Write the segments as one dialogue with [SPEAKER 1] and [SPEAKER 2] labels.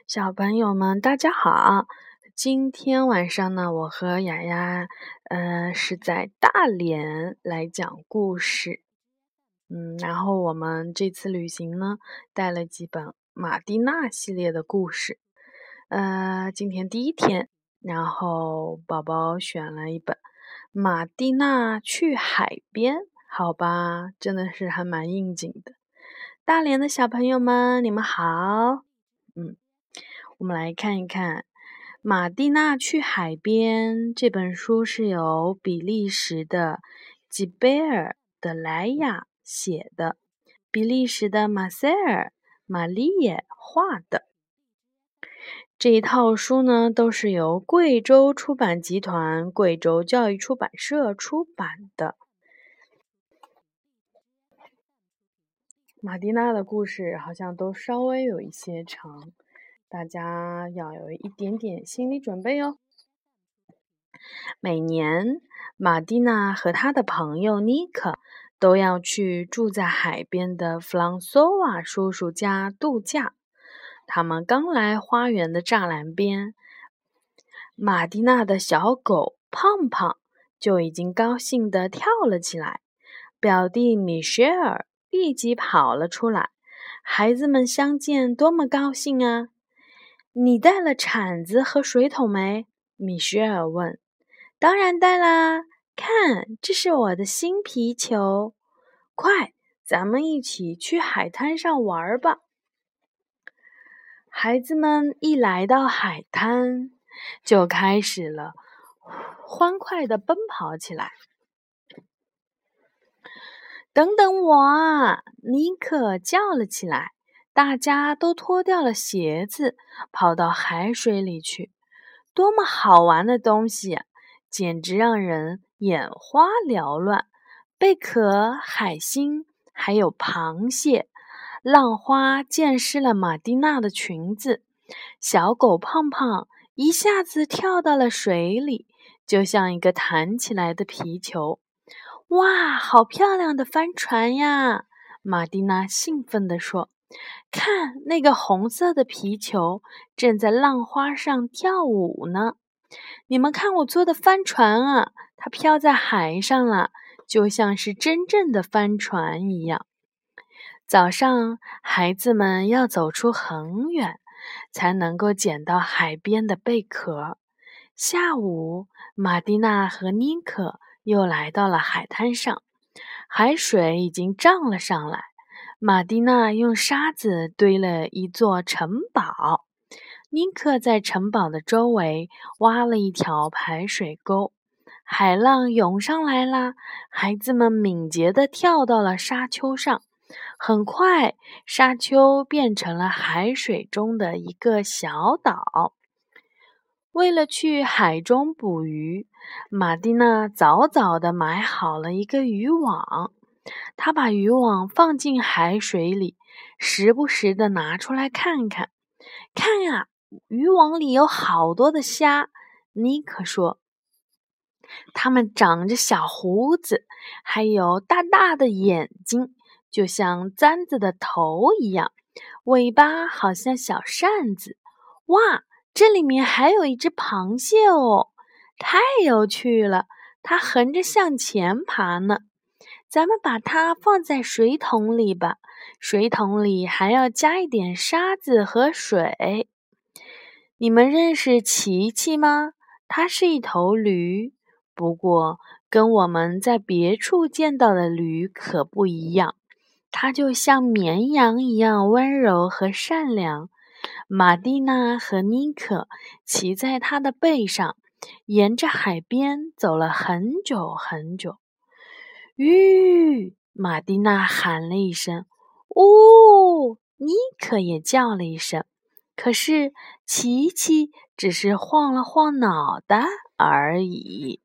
[SPEAKER 1] 小朋友们，大家好！今天晚上呢，我和雅雅，是在大连来讲故事。然后我们这次旅行呢，带了几本马蒂娜系列的故事。今天第一天，然后宝宝选了一本《马蒂娜去海边》，好吧，真的是还蛮应景的。大连的小朋友们，你们好。我们来看一看《马蒂娜去海边》这本书是由比利时的吉贝尔·德莱雅写的，比利时的马塞尔·马利耶画的。这一套书呢，都是由贵州出版集团、贵州教育出版社出版的。马蒂娜的故事好像都稍微有一些长，大家要有一点点心理准备哦。每年，马蒂娜和她的朋友尼克都要去住在海边的弗朗索瓦叔叔家度假。他们刚来花园的栅栏边，马蒂娜的小狗胖胖就已经高兴地跳了起来。表弟米歇尔立即跑了出来。孩子们相见多么高兴啊！你带了铲子和水桶没？米歇尔问。当然带啦！看，这是我的新皮球。快，咱们一起去海滩上玩吧。孩子们一来到海滩，就开始了欢快地奔跑起来。等等我啊！尼克叫了起来。大家都脱掉了鞋子，跑到海水里去。多么好玩的东西啊！简直让人眼花缭乱。贝壳、海星，还有螃蟹。浪花溅湿了马蒂娜的裙子。小狗胖胖一下子跳到了水里，就像一个弹起来的皮球。哇，好漂亮的帆船呀！马蒂娜兴奋地说。看，那个红色的皮球正在浪花上跳舞呢。你们看我做的帆船啊，它飘在海上了，就像是真正的帆船一样。早上，孩子们要走出很远，才能够捡到海边的贝壳。下午，马蒂娜和妮可又来到了海滩上，海水已经涨了上来。马蒂娜用沙子堆了一座城堡，尼克在城堡的周围挖了一条排水沟。海浪涌上来啦，孩子们敏捷地跳到了沙丘上。很快，沙丘变成了海水中的一个小岛。为了去海中捕鱼，马蒂娜早早地买好了一个渔网。他把渔网放进海水里，时不时地拿出来看看。看呀，渔网里有好多的虾，尼克说。它们长着小胡子，还有大大的眼睛，就像簪子的头一样，尾巴好像小扇子。哇，这里面还有一只螃蟹哦，太有趣了，它横着向前爬呢。咱们把它放在水桶里吧，水桶里还要加一点沙子和水。你们认识琪琪吗？它是一头驴，不过跟我们在别处见到的驴可不一样，它就像绵羊一样温柔和善良。马蒂娜和妮可骑在它的背上，沿着海边走了很久很久。马蒂娜喊了一声，呜！妮可也叫了一声。可是琪琪只是晃了晃脑袋而已。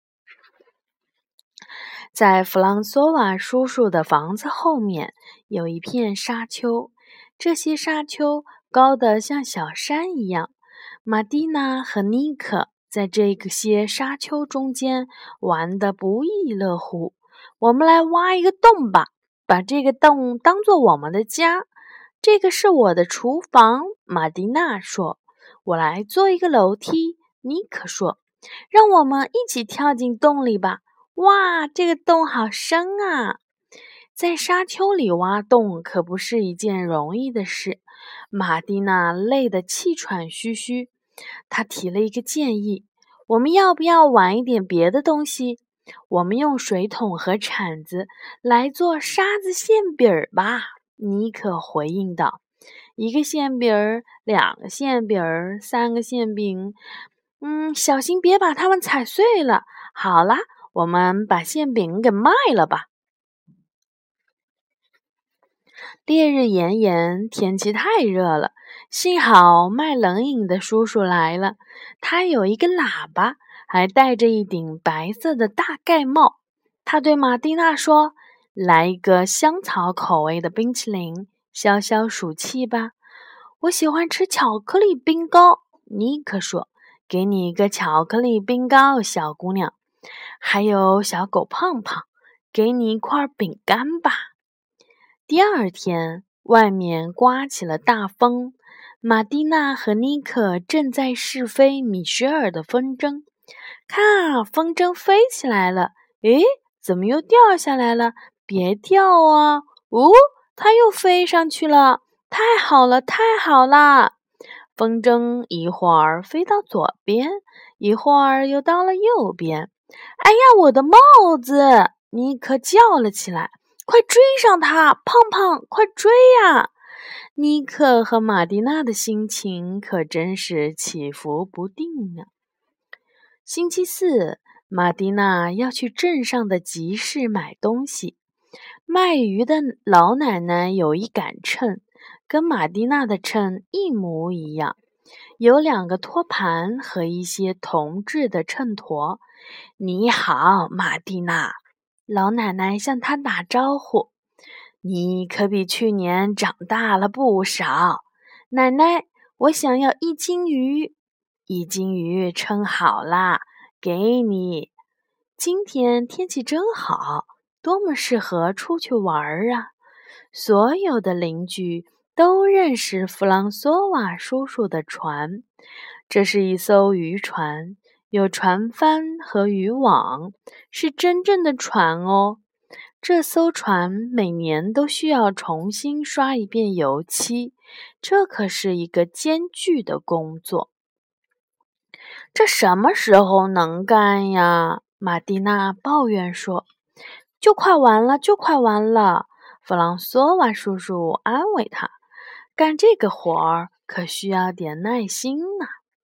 [SPEAKER 1] 在弗朗索瓦叔叔的房子后面有一片沙丘，这些沙丘高得像小山一样。马蒂娜和妮可在这些沙丘中间玩得不亦乐乎。我们来挖一个洞吧，把这个洞当作我们的家。 这个是我的厨房，马蒂娜说。我来做一个楼梯，尼克说。让我们一起跳进洞里吧。哇，这个洞好深啊！在沙丘里挖洞可不是一件容易的事。马蒂娜累得气喘吁吁。她提了一个建议：我们要不要玩一点别的东西？我们用水桶和铲子来做沙子馅饼吧。尼克回应道。一个馅饼儿，2个馅饼儿，3个馅饼。小心别把它们踩碎了。好啦，我们把馅饼给卖了吧。烈日炎炎，天气太热了。幸好卖冷饮的叔叔来了，他有一个喇叭，还戴着一顶白色的大盖帽。他对马蒂娜说：“来一个香草口味的冰淇淋，消消暑气吧。”我喜欢吃巧克力冰糕，尼克说。给你一个巧克力冰糕，小姑娘。还有小狗胖胖，给你一块饼干吧。第二天，外面刮起了大风，马蒂娜和尼克正在试飞米歇尔的风筝。看啊，风筝飞起来了！诶，怎么又掉下来了？别掉啊！哦，它又飞上去了！太好了，太好了！风筝一会儿飞到左边，一会儿又到了右边。哎呀，我的帽子！尼克叫了起来。快追上他，胖胖，快追呀！尼克和马蒂娜的心情可真是起伏不定呢。星期四，马蒂娜要去镇上的集市买东西。卖鱼的老奶奶有一杆秤，跟马蒂娜的秤一模一样，有2个托盘和一些铜制的秤砣。你好，马蒂娜。老奶奶向她打招呼。你可比去年长大了不少。奶奶，我想要1斤鱼。1斤鱼称好啦，给你。今天天气真好，多么适合出去玩啊！所有的邻居都认识弗朗索瓦叔叔的船。这是一艘渔船，有船帆和渔网，是真正的船哦。这艘船每年都需要重新刷一遍油漆，这可是一个艰巨的工作。这什么时候能干呀？马蒂娜抱怨说。就快完了，就快完了。弗朗索瓦叔叔安慰他。干这个活儿可需要点耐心呢。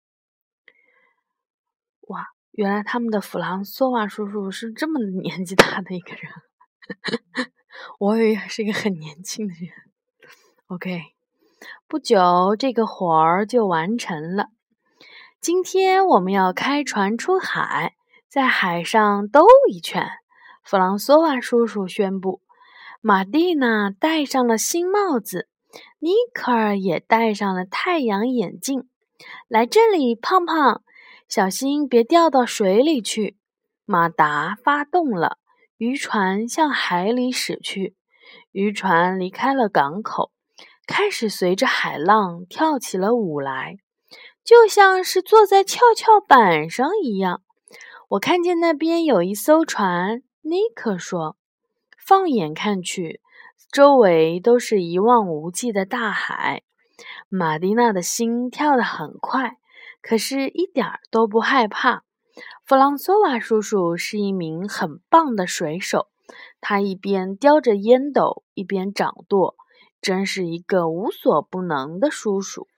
[SPEAKER 1] 哇，原来他们的弗朗索瓦叔叔是这么年纪大的一个人。我以为是一个很年轻的人。OK， 不久这个活儿就完成了。今天我们要开船出海，在海上兜一圈。弗朗索瓦叔叔宣布。马蒂娜戴上了新帽子，尼克尔也戴上了太阳眼镜。来这里，胖胖，小心别掉到水里去。马达发动了，渔船向海里驶去。渔船离开了港口，开始随着海浪跳起了舞来，就像是坐在跷跷板上一样。我看见那边有一艘船，尼克说。放眼看去，周围都是一望无际的大海。马蒂娜的心跳得很快，可是一点儿都不害怕。弗朗索瓦叔叔是一名很棒的水手，他一边叼着烟斗，一边掌舵，真是一个无所不能的叔叔。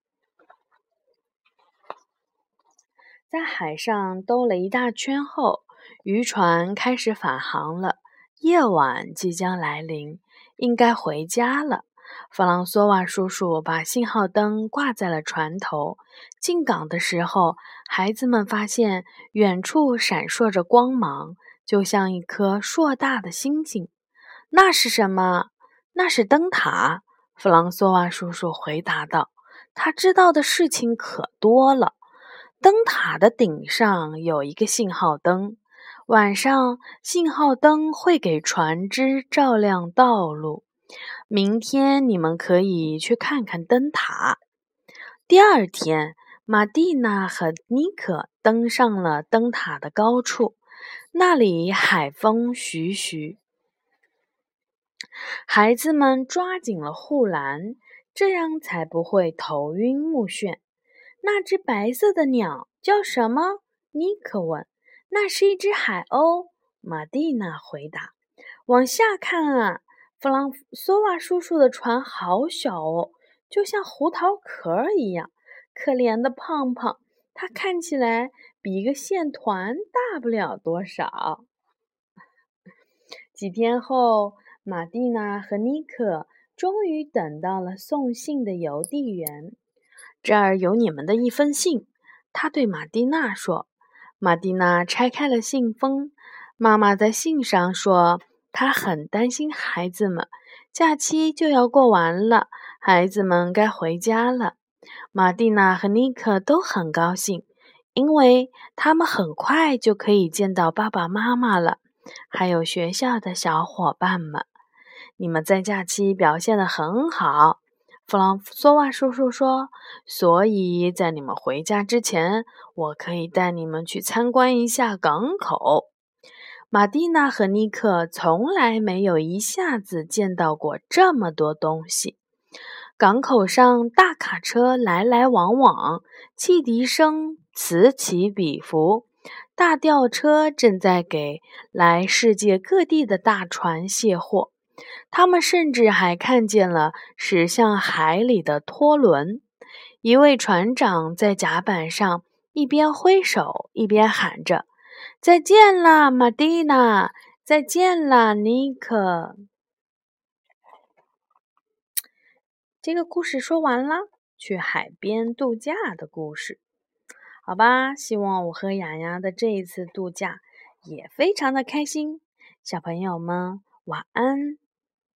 [SPEAKER 1] 在海上兜了一大圈后，渔船开始返航了。夜晚即将来临，应该回家了。弗朗索瓦叔叔把信号灯挂在了船头。进港的时候，孩子们发现远处闪烁着光芒，就像一颗硕大的星星。那是什么？那是灯塔。弗朗索瓦叔叔回答道。他知道的事情可多了。灯塔的顶上有一个信号灯。晚上，信号灯会给船只照亮道路。 明天你们可以去看看灯塔。第二天，玛蒂娜和尼可登上了灯塔的高处，那里海风徐徐。孩子们抓紧了护栏，这样才不会头晕目眩。那只白色的鸟叫什么？尼克问。那是一只海鸥，玛蒂娜回答。往下看啊，弗朗索瓦叔叔的船好小哦，就像胡桃壳一样。可怜的胖胖，他看起来比一个线团大不了多少。几天后，玛蒂娜和尼克终于等到了送信的邮递员。这儿有你们的一封信，他对玛蒂娜说。玛蒂娜拆开了信封，妈妈在信上说，她很担心孩子们，假期就要过完了，孩子们该回家了。玛蒂娜和尼克都很高兴，因为他们很快就可以见到爸爸妈妈了，还有学校的小伙伴们。你们在假期表现得很好，弗朗索瓦叔叔说，所以在你们回家之前，我可以带你们去参观一下港口。玛蒂娜和尼克从来没有一下子见到过这么多东西。港口上大卡车来来往往，汽笛声此起彼伏，大吊车正在给来世界各地的大船卸货。他们甚至还看见了驶向海里的拖轮。一位船长在甲板上一边挥手一边喊着：“再见啦，玛蒂娜！再见啦，尼克！”这个故事说完了，去海边度假的故事。好吧，希望我和雅雅的这一次度假也非常的开心。小朋友们，晚安。